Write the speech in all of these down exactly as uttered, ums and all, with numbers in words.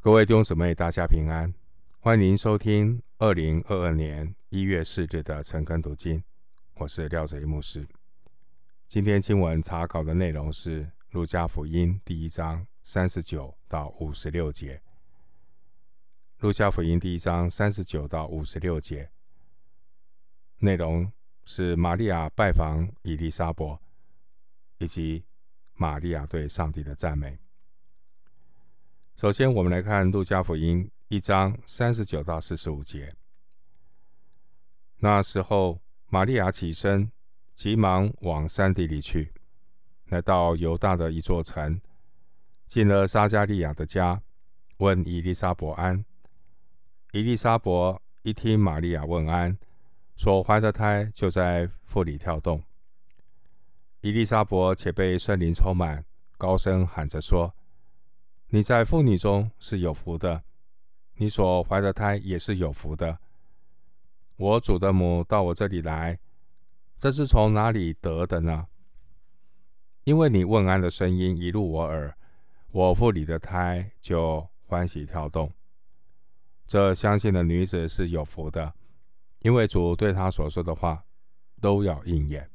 各位弟兄姊妹，大家平安，欢迎您收听二零二二年一月四日的晨更读经，我是廖哲一牧师。今天经文查考的内容是路加福音第一章三十九到五十六节。路加福音第一章三十九到五十六节，内容是玛利亚拜访以利沙伯，以及玛利亚对上帝的赞美。首先，我们来看路加福音一章三十九到四十五节。那时候，玛利亚起身，急忙往山地里去，来到犹大的一座城，进了撒迦利亚的家，问以利沙伯安。以利沙伯一听玛利亚问安，所怀的胎就在腹里跳动。以利沙伯且被圣灵充满，高声喊着说：你在妇女中是有福的，你所怀的胎也是有福的。我主的母到我这里来，这是从哪里得的呢？因为你问安的声音一入我耳，我腹里的胎就欢喜跳动。这相信的女子是有福的，因为主对她所说的话都要应验。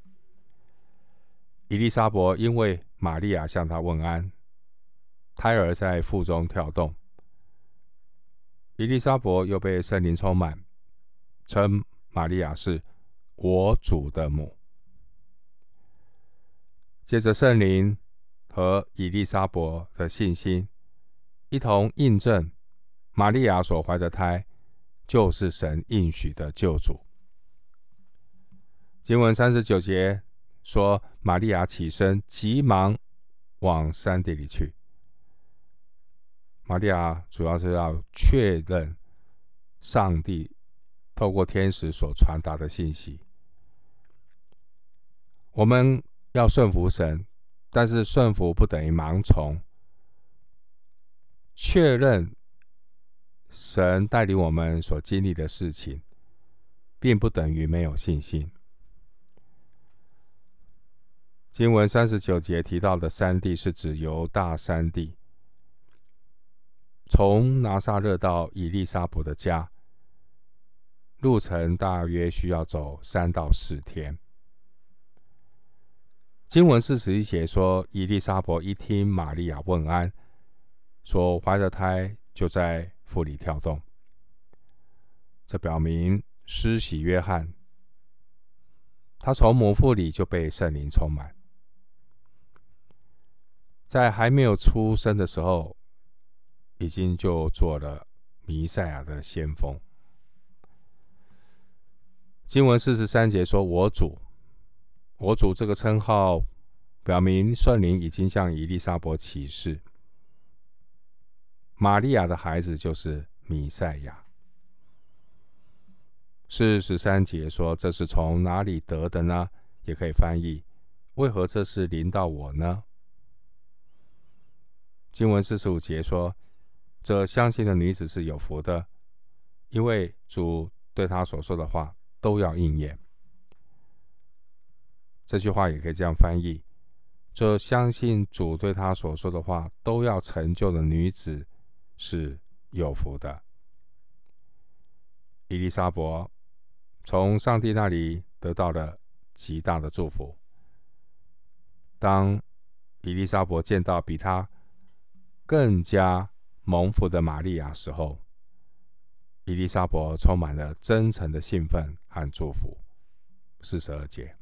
以利沙伯因为玛利亚向她问安，胎儿在腹中跳动。以利沙伯又被圣灵充满，称玛利亚是我主的母。接着圣灵和以利沙伯的信心一同印证，玛利亚所怀的胎就是神应许的救主。经文三十九节说，玛利亚起身，急忙往山地里去。玛利亚主要是要确认上帝透过天使所传达的信息。我们要顺服神，但是顺服不等于盲从。确认神带领我们所经历的事情，并不等于没有信心。经文三十九节提到的山地是指犹大山地，从拿撒勒到以利沙伯的家，路程大约需要走三到四天。经文四十一节说，以利沙伯一听玛利亚问安，所怀的胎就在腹里跳动。这表明施洗约翰，他从母腹里就被圣灵充满，在还没有出生的时候，已经就做了弥赛亚的先锋。经文四十三节说，我主我主这个称号表明圣灵已经向以利沙伯启示，玛利亚的孩子就是弥赛亚。四十三节说，这是从哪里得的呢？也可以翻译，为何这事临到我呢？经文四十五节说，这相信的女子是有福的，因为主对她所说的话都要应验。这句话也可以这样翻译，这相信主对她所说的话都要成就的女子是有福的。以利沙伯从上帝那里得到了极大的祝福。当以利沙伯见到比他更加蒙福的玛利亚时候，以利沙伯充满了真诚的兴奋和祝福。四十二节，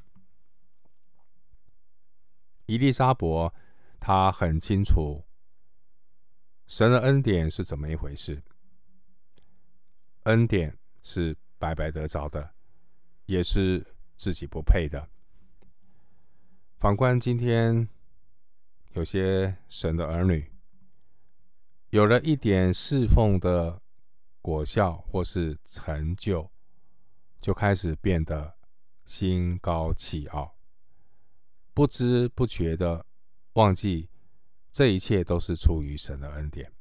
以利沙伯他很清楚神的恩典是怎么一回事。恩典是白白得着的，也是自己不配的。反观今天有些神的儿女，有了一点侍奉的果效或是成就，就开始变得心高气傲，不知不觉的忘记这一切都是出于神的恩典。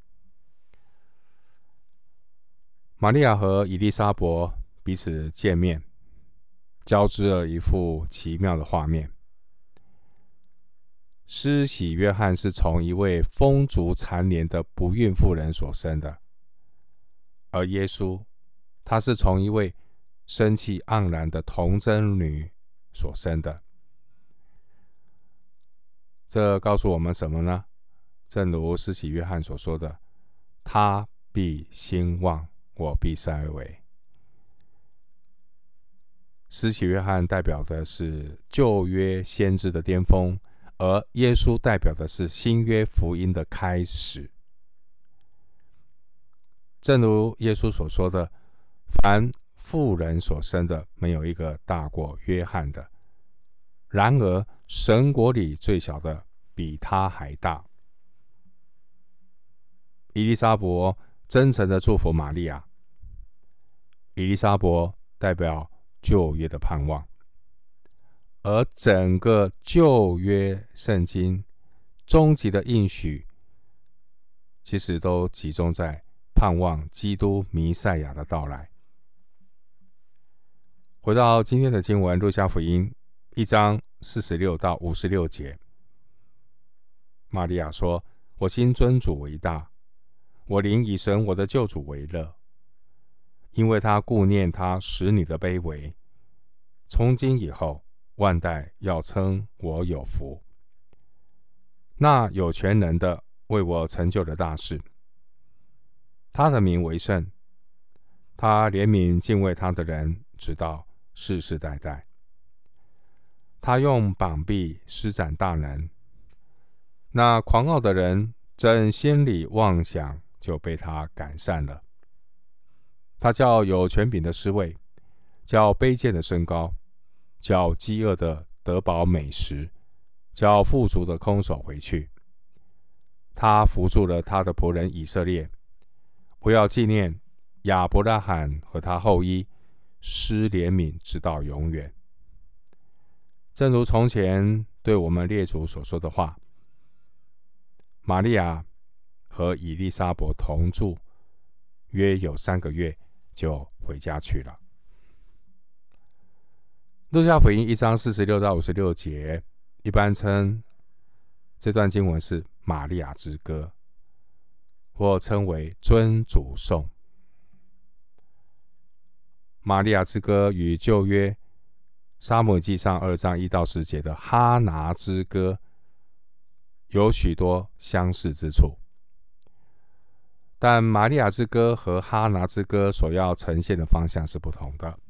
玛利亚和以利沙伯彼此见面，交织了一幅奇妙的画面。 施洗约翰是从一位风烛残年的不孕妇人所生的，而耶稣他是从一位生气盎然的童贞女所生的。这告诉我们什么呢？正如施洗约翰所说的，他必兴旺，我必衰微。施洗约翰代表的是旧约先知的巅峰，而耶稣代表的是新约福音的开始。正如耶稣所说的，凡妇人所生的，没有一个大过约翰的。然而神国里最小的比他还大。以利沙伯真诚的祝福玛利亚。以利沙伯代表旧约的盼望，而整个旧约圣经终极的应许，其实都集中在盼望基督弥赛亚的到来。回到今天的经文，路加福音一章四十六到五十六节，玛利亚说：我心尊主为大，我灵以神我的救主为乐，因为他顾念他使你的卑微。从今以后，万代要称我有福。那有全能的为我成就的大事，他的名为圣，他怜悯敬畏他的人，直到世世代代。他用膀臂施展大能，那狂傲的人正心里妄想，就被他赶散了。他叫有权柄的失位，叫卑贱的升高，叫饥饿的得饱美食，叫富足的空手回去。他扶助了他的仆人以色列，我要纪念亚伯拉罕和他后裔，施怜悯直到永远。正如从前对我们列祖所说的话，玛利亚和以利沙伯同住，约有三个月，就回家去了。路加福音一章四十六到五十六节，一般称这段经文是玛利亚之歌，或称为尊主颂。玛利亚之歌与旧约撒母耳记上二章一到十节的哈拿之歌有许多相似之处，但玛利亚之歌和哈拿之歌所要呈现的方向是不同的。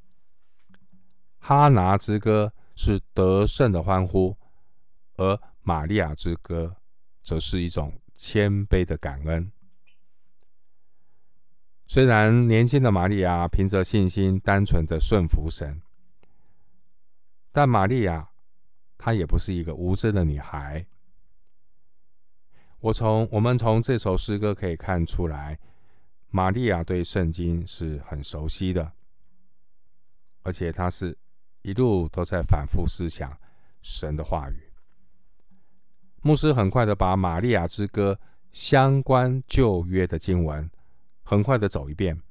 哈拿之歌是得胜的欢呼，而玛利亚之歌则是一种谦卑的感恩。虽然年轻的玛利亚凭着信心单纯的顺服神，但玛利亚她也不是一个无知的女孩。我从我们从这首诗歌可以看出来，玛利亚对圣经是很熟悉的，而且她是一路都在反复思想神的话语。牧师很快的把玛利亚之歌相关旧约的经文很快的走一遍。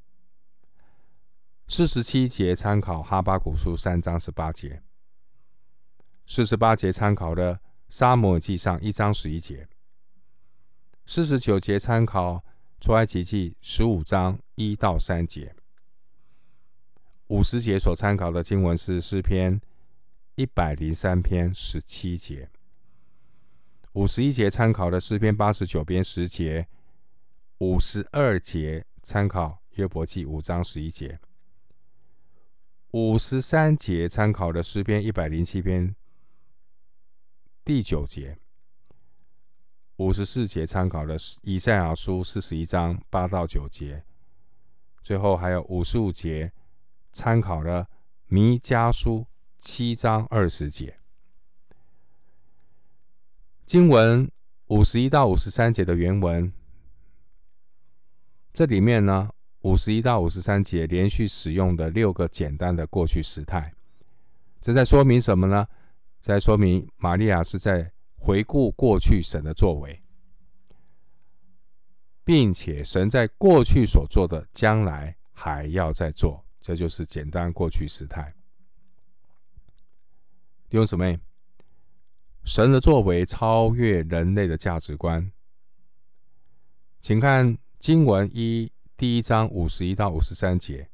四十七节参考哈巴谷书三章十八节，四十八节参考了撒母耳记上一章十一节，四十九节参考出埃及记十五章一到三节，五十节所参考的经文是诗篇一百零三篇十七节，五十一节参考的诗篇八十九篇十节，五十二节参考约伯记五章十一节，五十三节参考的诗篇一百零七篇第九节，五十四节参考的以赛亚书四十一章八到九节，最后还有五十五节参考了弥迦书七章二十节。经文五十一到五十三节的原文，这里面呢，五十一到五十三节连续使用的六个简单的过去时态，这在说明什么呢？在说明玛利亚是在回顾过去神的作为，并且神在过去所做的将来还要再做，这就是简单过去时态。弟兄姊妹， 神的作为超越人类的价值观。请看经文一第一章五十一到五十三节，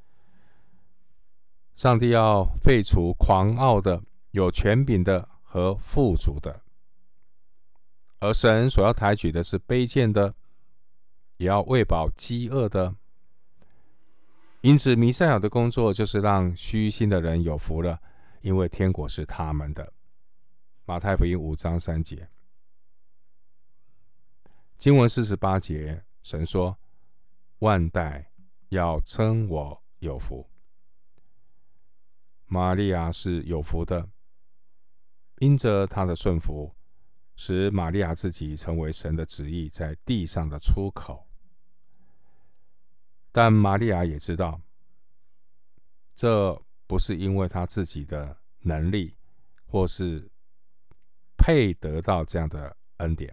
上帝要废除狂傲的、有权柄的和富足的，而神所要抬举的是卑贱的，也要喂饱饥饿的。因此弥赛亚的工作就是让虚心的人有福了，因为天国是他们的。马太福音五章三节。经文四十八节，神说：万代要称我有福。玛利亚是有福的，因着她的顺服，使玛利亚自己成为神的旨意在地上的出口。但玛利亚也知道，这不是因为她自己的能力，或是配得到这样的恩典。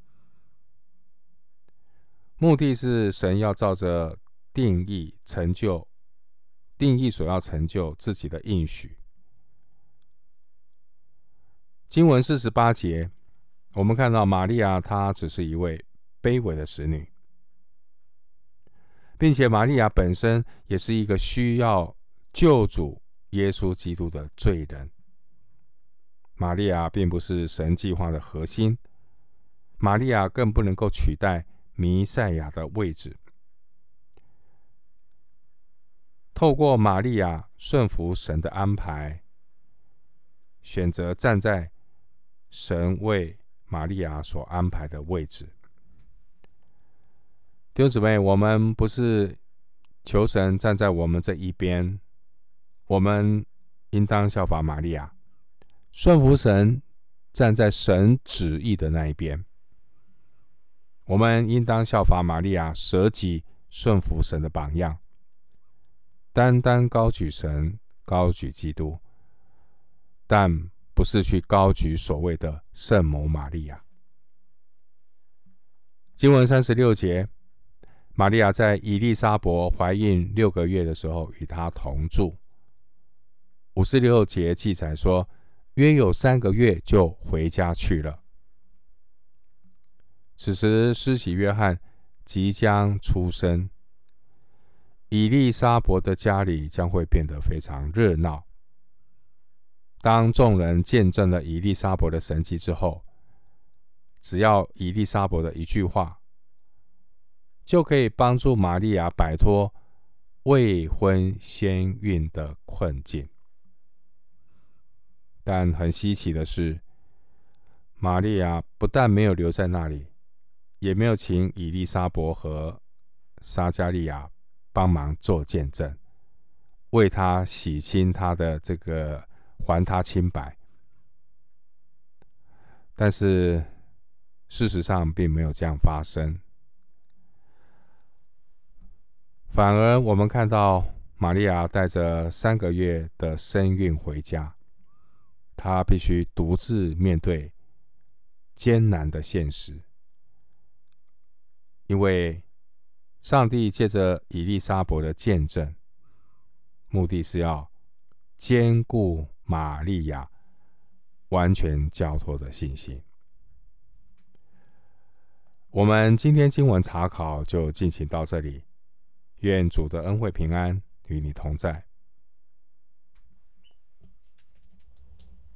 目的是神要照着定义成就，定义所要成就自己的应许。经文四十八节，我们看到玛利亚她只是一位卑微的使女，并且玛利亚本身也是一个需要救主耶稣基督的罪人。玛利亚并不是神计划的核心，玛利亚更不能够取代弥赛亚的位置。透过玛利亚顺服神的安排，选择站在神为玛利亚所安排的位置。弟兄姊妹，我们不是求神站在我们这一边，我们应当效法玛利亚，顺服神，站在神旨意的那一边。我们应当效法玛利亚，舍己顺服神的榜样，单单高举神，高举基督，但不是去高举所谓的圣母玛利亚。经文三十六节，玛利亚在以利沙伯怀孕六个月的时候与她同住。五十六节记载说，约有三个月就回家去了。此时施洗约翰即将出生，以利沙伯的家里将会变得非常热闹。当众人见证了以利沙伯的神迹之后，只要以利沙伯的一句话，就可以帮助玛利亚摆脱未婚先孕的困境。但很稀奇的是，玛利亚不但没有留在那里，也没有请以利沙伯和撒加利亚帮忙做见证，为他洗清他的这个还他清白。但是事实上并没有这样发生，反而我们看到玛利亚带着三个月的身孕回家，她必须独自面对艰难的现实，因为上帝借着以利沙伯的见证，目的是要坚固玛利亚完全交托的信心。我们今天经文查考就进行到这里，愿主的恩惠平安与你同在。